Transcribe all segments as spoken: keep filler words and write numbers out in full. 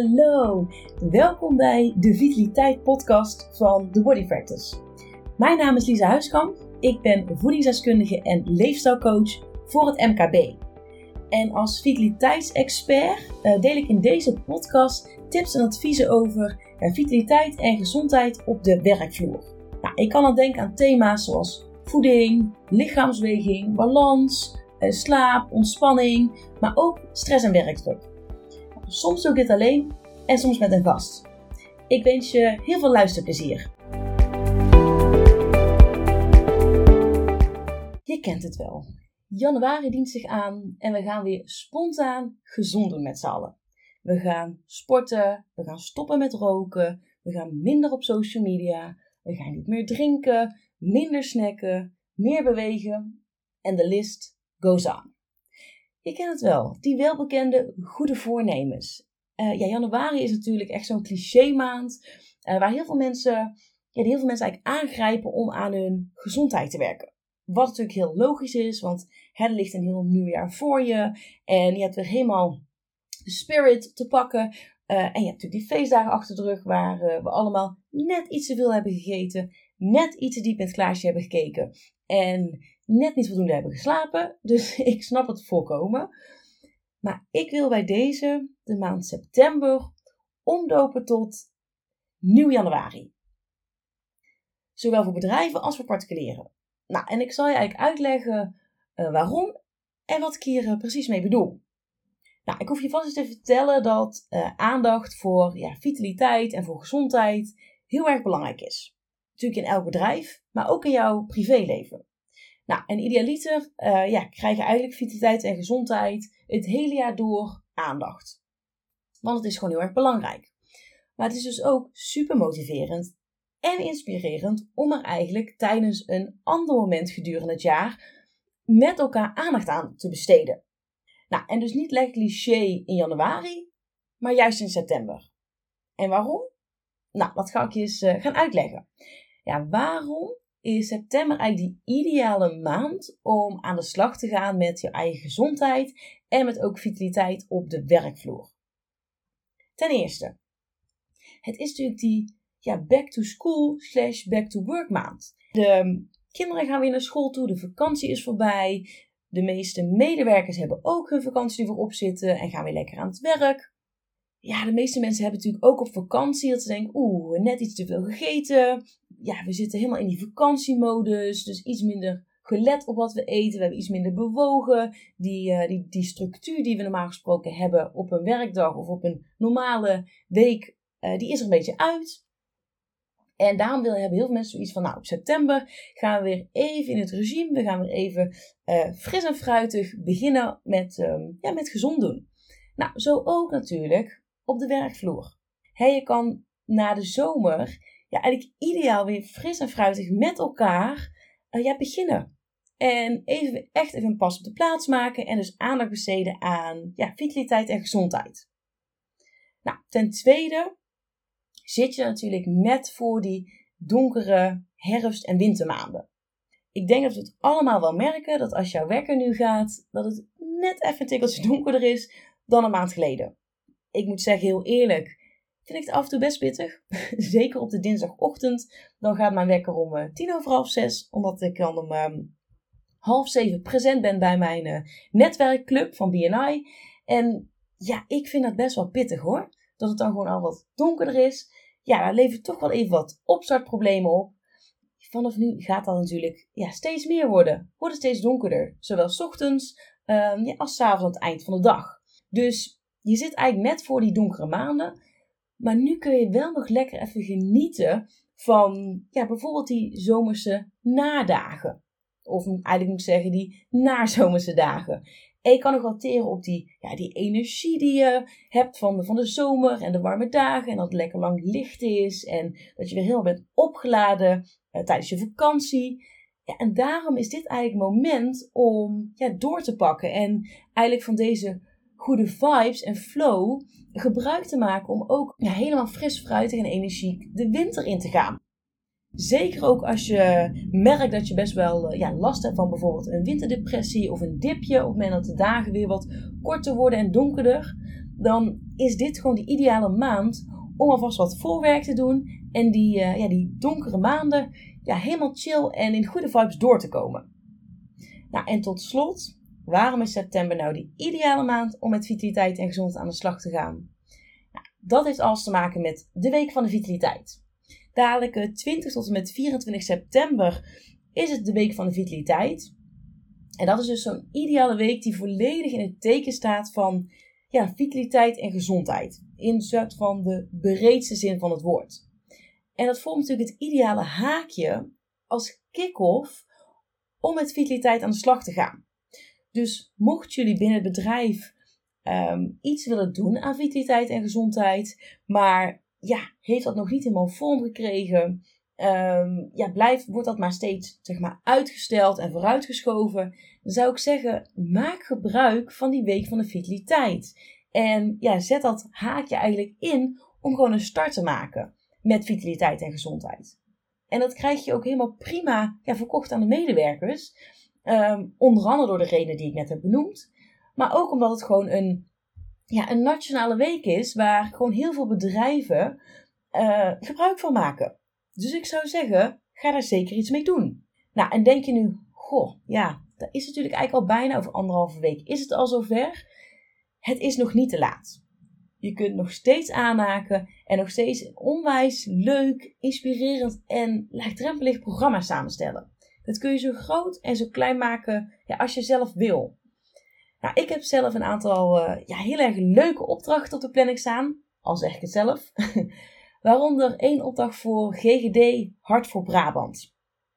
Hallo, welkom bij de Vitaliteit podcast van The Body Practice. Mijn naam is Lisa Huiskamp, ik ben voedingsdeskundige en leefstijlcoach voor het M K B. En als vitaliteitsexpert uh, deel ik in deze podcast tips en adviezen over uh, vitaliteit en gezondheid op de werkvloer. Nou, ik kan dan denken aan thema's zoals voeding, lichaamsweging, balans, uh, slaap, ontspanning, maar ook stress en werkdruk. Soms doe ik dit alleen en soms met een gast. Ik wens je heel veel luisterplezier. Je kent het wel. Januari dient zich aan en we gaan weer spontaan gezond doen met z'n allen. We gaan sporten, we gaan stoppen met roken, we gaan minder op social media, we gaan niet meer drinken, minder snacken, meer bewegen en de list goes on. Je kent het wel, die welbekende goede voornemens. Uh, ja, januari is natuurlijk echt zo'n cliché maand uh, waar heel veel mensen, ja, die heel veel mensen eigenlijk aangrijpen om aan hun gezondheid te werken. Wat natuurlijk heel logisch is, want hè, er ligt een heel nieuw jaar voor je en je hebt weer helemaal de spirit te pakken. Uh, en je hebt natuurlijk die feestdagen achter de rug waar uh, we allemaal net iets te veel hebben gegeten, net iets te diep in het glaasje hebben gekeken en net niet voldoende hebben geslapen. Dus ik snap het volkomen. Maar ik wil bij deze, de maand september, omdopen tot nieuw januari. Zowel voor bedrijven als voor particulieren. Nou, en ik zal je eigenlijk uitleggen uh, waarom en wat ik hier uh, precies mee bedoel. Nou, ik hoef je vast eens te vertellen dat uh, aandacht voor ja, vitaliteit en voor gezondheid heel erg belangrijk is. Natuurlijk in elk bedrijf, maar ook in jouw privéleven. Nou, en idealiter uh, ja, krijgen eigenlijk vitaliteit en gezondheid het hele jaar door aandacht. Want het is gewoon heel erg belangrijk. Maar het is dus ook super motiverend en inspirerend om er eigenlijk tijdens een ander moment gedurende het jaar met elkaar aandacht aan te besteden. Nou, en dus niet lekker cliché in januari, maar juist in september. En waarom? Nou, dat ga ik je eens uh, gaan uitleggen. Ja, waarom is september eigenlijk die ideale maand om aan de slag te gaan met je eigen gezondheid en met ook vitaliteit op de werkvloer? Ten eerste, het is natuurlijk die ja, back to school slash back to work maand. De kinderen gaan weer naar school toe, de vakantie is voorbij. De meeste medewerkers hebben ook hun vakantie ervoor op zitten en gaan weer lekker aan het werk. Ja, de meeste mensen hebben natuurlijk ook op vakantie dat ze denken, oeh, net iets te veel gegeten. Ja, we zitten helemaal in die vakantiemodus, dus iets minder gelet op wat we eten. We hebben iets minder bewogen. Die, uh, die, die structuur die we normaal gesproken hebben op een werkdag of op een normale week, uh, die is er een beetje uit. En daarom hebben heel veel mensen zoiets van, nou, op september gaan we weer even in het regime. We gaan weer even uh, fris en fruitig beginnen met, um, ja, met gezond doen. Nou, zo ook natuurlijk op de werkvloer. He, je kan na de zomer ja, eigenlijk ideaal weer fris en fruitig met elkaar uh, ja, beginnen. En even echt even een pas op de plaats maken en dus aandacht besteden aan ja, vitaliteit en gezondheid. Nou, ten tweede zit je natuurlijk net voor die donkere herfst- en wintermaanden. Ik denk dat we het allemaal wel merken dat als jouw wekker nu gaat, dat het net even een tikkeltje donkerder is dan een maand geleden. Ik moet zeggen, heel eerlijk, vind ik het af en toe best pittig. Zeker op de dinsdagochtend. Dan gaat mijn wekker om uh, tien over half zes. Omdat ik dan om um, half zeven present ben bij mijn uh, netwerkclub van B N I. En ja, ik vind dat best wel pittig hoor. Dat het dan gewoon al wat donkerder is. Ja, daar levert toch wel even wat opstartproblemen op. Vanaf nu gaat dat natuurlijk ja, steeds meer worden. Wordt het steeds donkerder. Zowel 's ochtends um, ja, als 's avonds aan het eind van de dag. Dus je zit eigenlijk net voor die donkere maanden. Maar nu kun je wel nog lekker even genieten van ja, bijvoorbeeld die zomerse nadagen. Of eigenlijk moet ik zeggen die nazomerse dagen. En je kan nog wel teren op die, ja, die energie die je hebt van de, van de zomer en de warme dagen. En dat het lekker lang licht is. En dat je weer helemaal bent opgeladen uh, tijdens je vakantie. Ja, en daarom is dit eigenlijk het moment om ja, door te pakken. En eigenlijk van deze goede vibes en flow gebruik te maken om ook ja, helemaal fris, fruitig en energiek de winter in te gaan. Zeker ook als je merkt dat je best wel ja, last hebt van bijvoorbeeld een winterdepressie of een dipje op het moment dat de dagen weer wat korter worden en donkerder. dan is dit gewoon de ideale maand om alvast wat voorwerk te doen en die, uh, ja, die donkere maanden ja, helemaal chill en in goede vibes door te komen. Nou, en tot slot, waarom is september nou de ideale maand om met vitaliteit en gezondheid aan de slag te gaan? Nou, dat heeft alles te maken met de Week van de Vitaliteit. Dadelijk twintig tot en met vierentwintig september is het de Week van de Vitaliteit. En dat is dus zo'n ideale week die volledig in het teken staat van ja, vitaliteit en gezondheid. In soort van de breedste zin van het woord. En dat vormt natuurlijk het ideale haakje als kick-off om met vitaliteit aan de slag te gaan. Dus mocht jullie binnen het bedrijf um, iets willen doen aan vitaliteit en gezondheid, maar ja, heeft dat nog niet helemaal vorm gekregen, um, ja, blijft, wordt dat maar steeds zeg maar, uitgesteld en vooruitgeschoven, dan zou ik zeggen, maak gebruik van die week van de vitaliteit. En ja, zet dat haakje eigenlijk in om gewoon een start te maken met vitaliteit en gezondheid. En dat krijg je ook helemaal prima ja, verkocht aan de medewerkers. Um, onder andere door de redenen die ik net heb benoemd. Maar ook omdat het gewoon een, ja, een nationale week is waar gewoon heel veel bedrijven uh, gebruik van maken. Dus ik zou zeggen, ga daar zeker iets mee doen. Nou, en denk je nu, goh, ja, dat is natuurlijk eigenlijk al bijna over anderhalve week. Is het al zover? Het is nog niet te laat. Je kunt nog steeds aanhaken en nog steeds een onwijs leuk, inspirerend en laagdrempelig programma samenstellen. Dat kun je zo groot en zo klein maken ja, als je zelf wil. Nou, ik heb zelf een aantal uh, ja, heel erg leuke opdrachten op de planning staan. Al zeg ik het zelf. Waaronder één opdracht voor G G D Hart voor Brabant.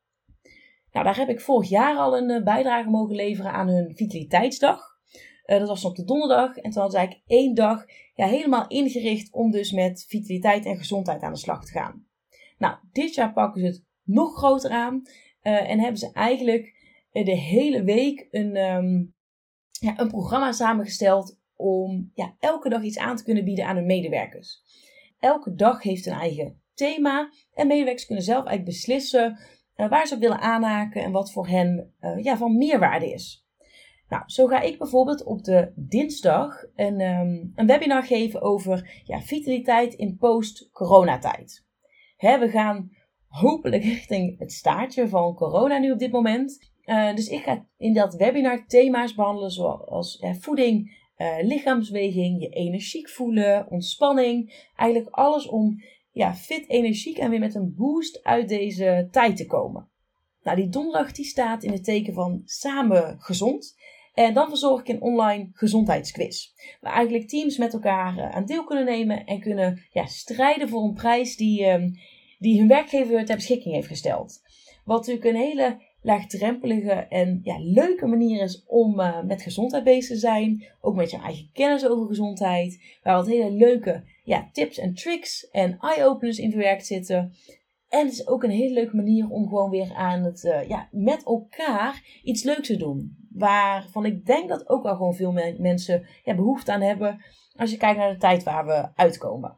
Nou, daar heb ik vorig jaar al een uh, bijdrage mogen leveren aan hun Vitaliteitsdag. Uh, dat was op de donderdag. En toen hadden ze eigenlijk één dag ja, helemaal ingericht om dus met vitaliteit en gezondheid aan de slag te gaan. Nou, dit jaar pakken ze het nog groter aan. Uh, en hebben ze eigenlijk uh, de hele week een, um, ja, een programma samengesteld om ja, elke dag iets aan te kunnen bieden aan hun medewerkers. Elke dag heeft een eigen thema. En medewerkers kunnen zelf eigenlijk beslissen uh, waar ze op willen aanhaken en wat voor hen uh, ja, van meerwaarde is. Nou, zo ga ik bijvoorbeeld op de dinsdag een, um, een webinar geven over ja, vitaliteit in post-coronatijd. Hè, we gaan hopelijk richting het staartje van corona nu op dit moment. Uh, dus ik ga in dat webinar thema's behandelen zoals ja, voeding, uh, lichaamsbeweging, je energiek voelen, ontspanning. Eigenlijk alles om ja, fit, energiek en weer met een boost uit deze tijd te komen. Nou, die donderdag die staat in het teken van samen gezond. En dan verzorg ik een online gezondheidsquiz. Waar eigenlijk teams met elkaar uh, aan deel kunnen nemen en kunnen ja, strijden voor een prijs die, um, die hun werkgever ter beschikking heeft gesteld. Wat natuurlijk een hele laagdrempelige en ja, leuke manier is om uh, met gezondheid bezig te zijn. Ook met je eigen kennis over gezondheid. Waar wat hele leuke ja, tips en tricks en eye-openers in verwerkt zitten. En het is ook een hele leuke manier om gewoon weer aan het, uh, ja, met elkaar iets leuks te doen. Waarvan ik denk dat ook wel gewoon veel me- mensen ja, behoefte aan hebben als je kijkt naar de tijd waar we uitkomen.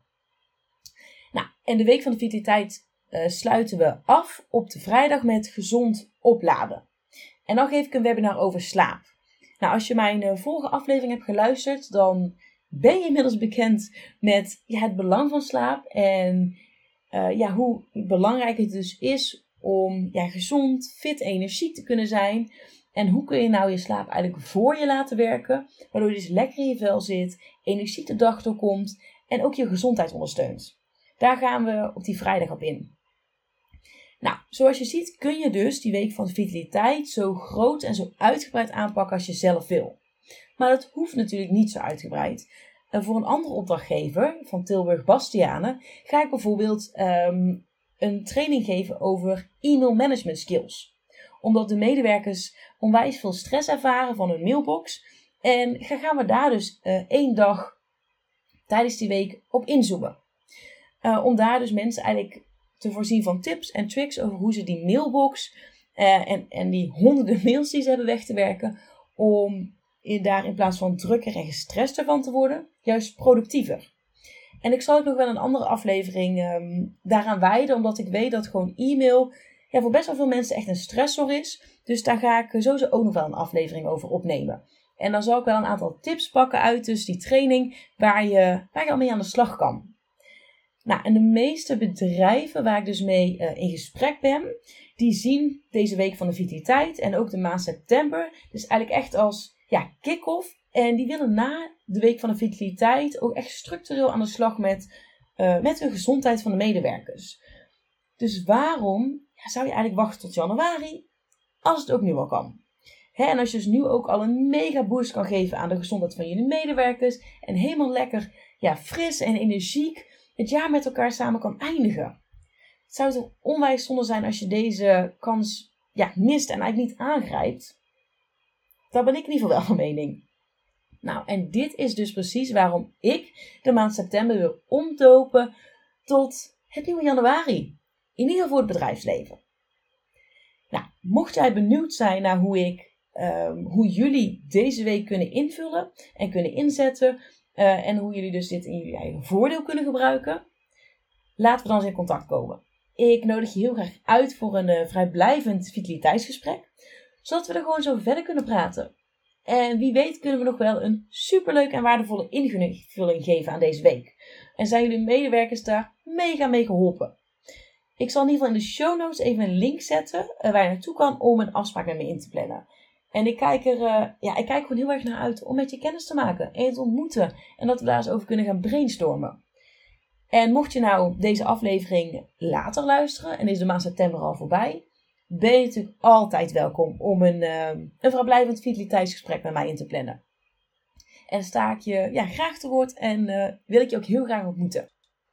Nou, en de Week van de Vitaliteit uh, sluiten we af op de vrijdag met gezond opladen. En dan geef ik een webinar over slaap. Nou, als je mijn uh, vorige aflevering hebt geluisterd, dan ben je inmiddels bekend met ja, het belang van slaap en uh, ja, hoe belangrijk het dus is om ja, gezond, fit, energiek te kunnen zijn. En hoe kun je nou je slaap eigenlijk voor je laten werken, waardoor je dus lekker in je vel zit, energiek de dag doorkomt en ook je gezondheid ondersteunt. Daar gaan we op die vrijdag op in. Nou, zoals je ziet kun je dus die Week van de Vitaliteit zo groot en zo uitgebreid aanpakken als je zelf wil. Maar dat hoeft natuurlijk niet zo uitgebreid. En voor een andere opdrachtgever van Tilburg Bastianen ga ik bijvoorbeeld um, een training geven over e-mail management skills. Omdat de medewerkers onwijs veel stress ervaren van hun mailbox. En gaan we daar dus uh, één dag tijdens die week op inzoomen. Uh, om daar dus mensen eigenlijk te voorzien van tips en tricks over hoe ze die mailbox uh, en, en die honderden mails die ze hebben weg te werken. Om in, daar in plaats van drukker en gestrester van te worden, juist productiever. En ik zal ook nog wel een andere aflevering um, daaraan wijden. Omdat ik weet dat gewoon e-mail ja, voor best wel veel mensen echt een stressor is. Dus daar ga ik sowieso ook nog wel een aflevering over opnemen. En dan zal ik wel een aantal tips pakken uit dus die training waar je, waar je al mee aan de slag kan. Nou, en de meeste bedrijven waar ik dus mee uh, in gesprek ben, die zien deze week van de vitaliteit en ook de maand september. Dus eigenlijk echt als ja, kick-off. En die willen na de week van de vitaliteit ook echt structureel aan de slag met, uh, met de gezondheid van de medewerkers. Dus waarom ja, zou je eigenlijk wachten tot januari als het ook nu al kan? Hè, en als je dus nu ook al een mega boost kan geven aan de gezondheid van jullie medewerkers en helemaal lekker ja, fris en energiek het jaar met elkaar samen kan eindigen. Het zou toch onwijs zonde zijn als je deze kans ja, mist en eigenlijk niet aangrijpt. Daar ben ik in ieder geval wel van mening. Nou, en dit is dus precies waarom ik de maand september wil omdopen tot het nieuwe januari. In ieder geval voor het bedrijfsleven. Nou, mocht jij benieuwd zijn naar hoe ik, um, hoe jullie deze week kunnen invullen en kunnen inzetten. Uh, en hoe jullie dus dit in jullie eigen voordeel kunnen gebruiken. Laten we dan eens in contact komen. Ik nodig je heel graag uit voor een uh, vrijblijvend vitaliteitsgesprek. Zodat we er gewoon zo verder kunnen praten. En wie weet kunnen we nog wel een superleuk en waardevolle invulling geven aan deze week. En zijn jullie medewerkers daar mega mee geholpen. Ik zal in ieder geval in de show notes even een link zetten uh, waar je naartoe kan om een afspraak met me in te plannen. En ik kijk er uh, ja, ik kijk gewoon heel erg naar uit om met je kennis te maken en je te ontmoeten. En dat we daar eens over kunnen gaan brainstormen. En mocht je nou deze aflevering later luisteren en is de maand september al voorbij, ben je natuurlijk altijd welkom om een, uh, een vrijblijvend vitaliteitsgesprek met mij in te plannen. En sta ik je ja, graag te woord en uh, wil ik je ook heel graag ontmoeten.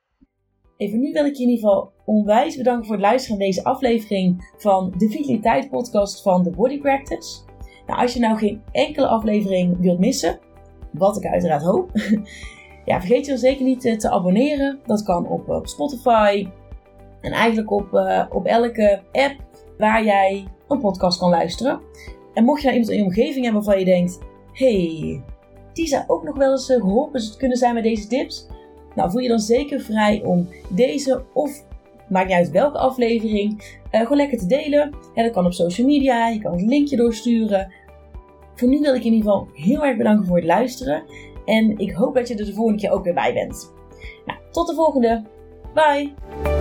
Even nu wil ik je in ieder geval onwijs bedanken voor het luisteren naar deze aflevering van de Vitaliteit podcast van The Body Practice. Nou, als je nou geen enkele aflevering wilt missen, wat ik uiteraard hoop, ja, vergeet je dan zeker niet te, te abonneren. Dat kan op, op Spotify en eigenlijk op, uh, op elke app waar jij een podcast kan luisteren. En mocht je nou iemand in je omgeving hebben waarvan je denkt, hey, die zou ook nog wel eens uh, geholpen kunnen zijn met deze tips. Nou, voel je dan zeker vrij om deze of, maakt niet uit welke aflevering, uh, gewoon lekker te delen. Ja, dat kan op social media, je kan het linkje doorsturen. Voor nu wil ik je in ieder geval heel erg bedanken voor het luisteren. En ik hoop dat je er de volgende keer ook weer bij bent. Nou, tot de volgende. Bye!